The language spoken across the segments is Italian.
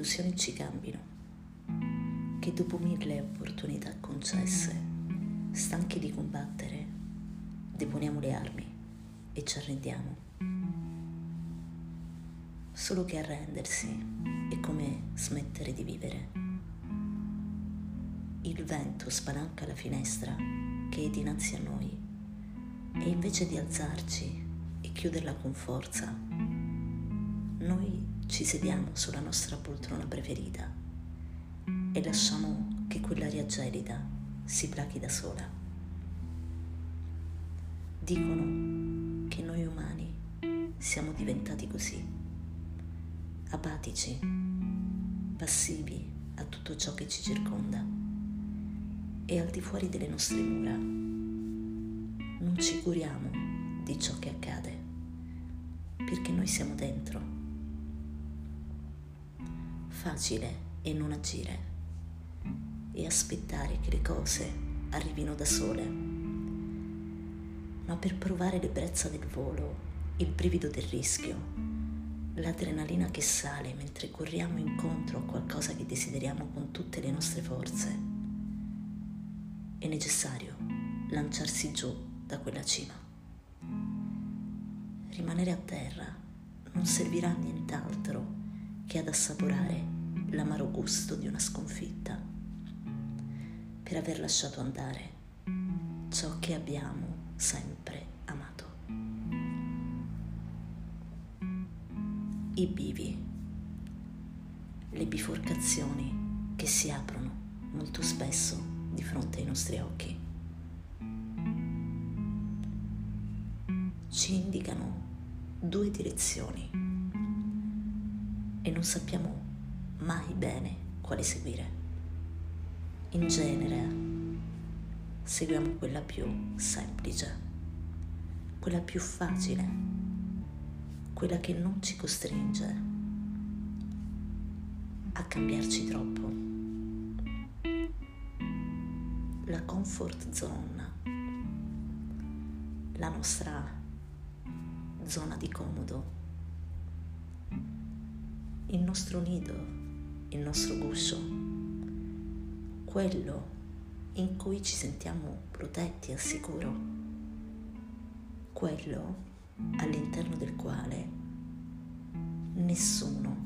illusioni ci cambino, che dopo 1000 opportunità concesse, stanchi di combattere, deponiamo le armi e ci arrendiamo. Solo che arrendersi è come smettere di vivere. Il vento spalanca la finestra che è dinanzi a noi e invece di alzarci e chiuderla con forza, noi ci sediamo sulla nostra poltrona preferita e lasciamo che quell'aria gelida si plachi da sola. Dicono che noi umani siamo diventati così, apatici, passivi a tutto ciò che ci circonda e al di fuori delle nostre mura non ci curiamo di ciò che accade, perché noi siamo dentro. Facile è non agire e aspettare che le cose arrivino da sole, ma per provare l'ebbrezza del volo, il brivido del rischio, l'adrenalina che sale mentre corriamo incontro a qualcosa che desideriamo con tutte le nostre forze, è necessario lanciarsi giù da quella cima. Rimanere a terra non servirà a nient'altro che ad assaporare l'amaro gusto di una sconfitta, per aver lasciato andare ciò che abbiamo sempre amato. I bivi, le biforcazioni che si aprono molto spesso di fronte ai nostri occhi, ci indicano 2 direzioni e non sappiamo mai bene quale seguire. In genere seguiamo quella più semplice, quella più facile, quella che non ci costringe a cambiarci troppo. La comfort zone, la nostra zona di comodo, il nostro nido, il nostro guscio, quello in cui ci sentiamo protetti al sicuro, quello all'interno del quale nessuno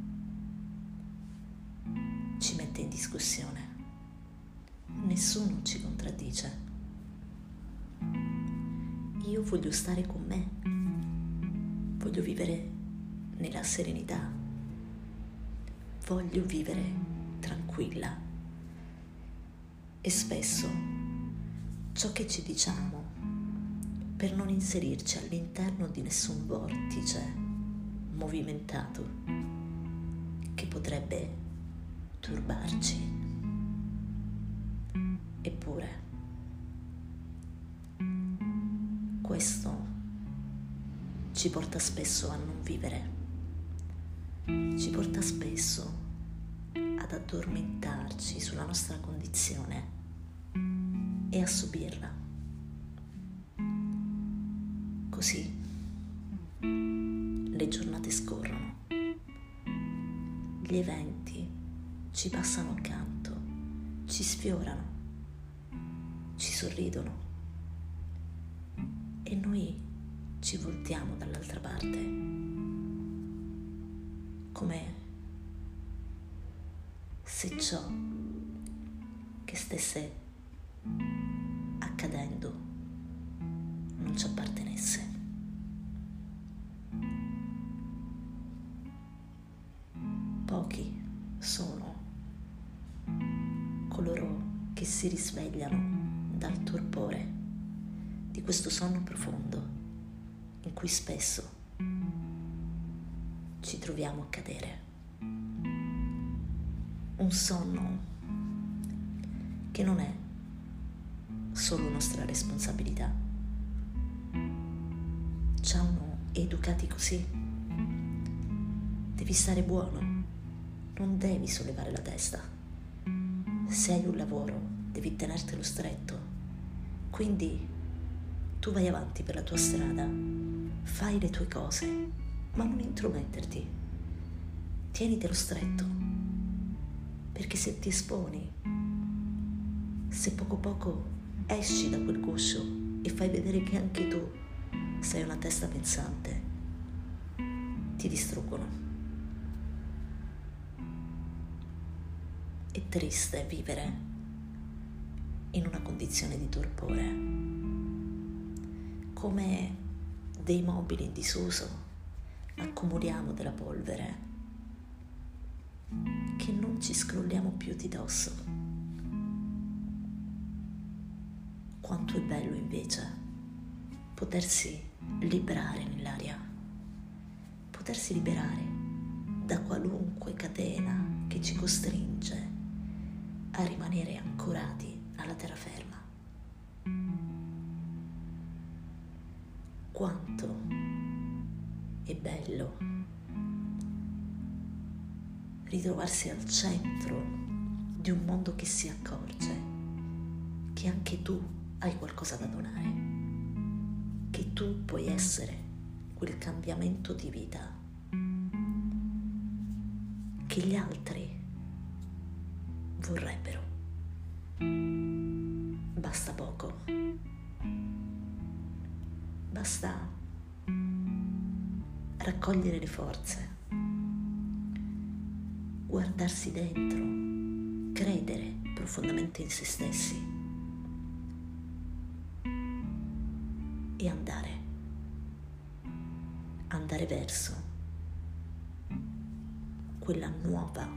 ci mette in discussione, nessuno ci contraddice. Io voglio stare con me, voglio vivere nella serenità, voglio vivere tranquilla. E spesso ciò che ci diciamo per non inserirci all'interno di nessun vortice movimentato che potrebbe turbarci. Eppure questo ci porta spesso a non vivere, ci porta spesso ad addormentarci sulla nostra condizione e a subirla. Così le giornate scorrono, gli eventi ci passano accanto, ci sfiorano, ci sorridono e noi ci voltiamo dall'altra parte, come se ciò che stesse accadendo non ci appartenesse. Pochi sono coloro che si risvegliano dal torpore di questo sonno profondo in cui spesso ci troviamo a cadere. Un sonno che non è solo nostra responsabilità. Ci hanno educati così. Devi stare buono, non devi sollevare la testa. Se hai un lavoro, devi tenertelo stretto. Quindi tu vai avanti per la tua strada, fai le tue cose, ma non intrometterti. Tienitelo stretto. perché se ti esponi, se poco poco esci da quel guscio e fai vedere che anche tu sei una testa pensante, ti distruggono. È triste vivere in una condizione di torpore, come dei mobili in disuso accumuliamo della polvere che non ci scrolliamo più di dosso. Quanto è bello invece potersi liberare nell'aria, potersi liberare da qualunque catena che ci costringe a rimanere ancorati alla terraferma. Quanto è bello ritrovarsi al centro di un mondo che si accorge che anche tu hai qualcosa da donare, che tu puoi essere quel cambiamento di vita che gli altri vorrebbero. Basta poco, basta raccogliere le forze, guardarsi dentro, credere profondamente in se stessi e andare verso quella nuova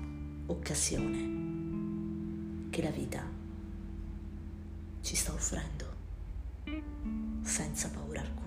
occasione che la vita ci sta offrendo senza paura alcuna.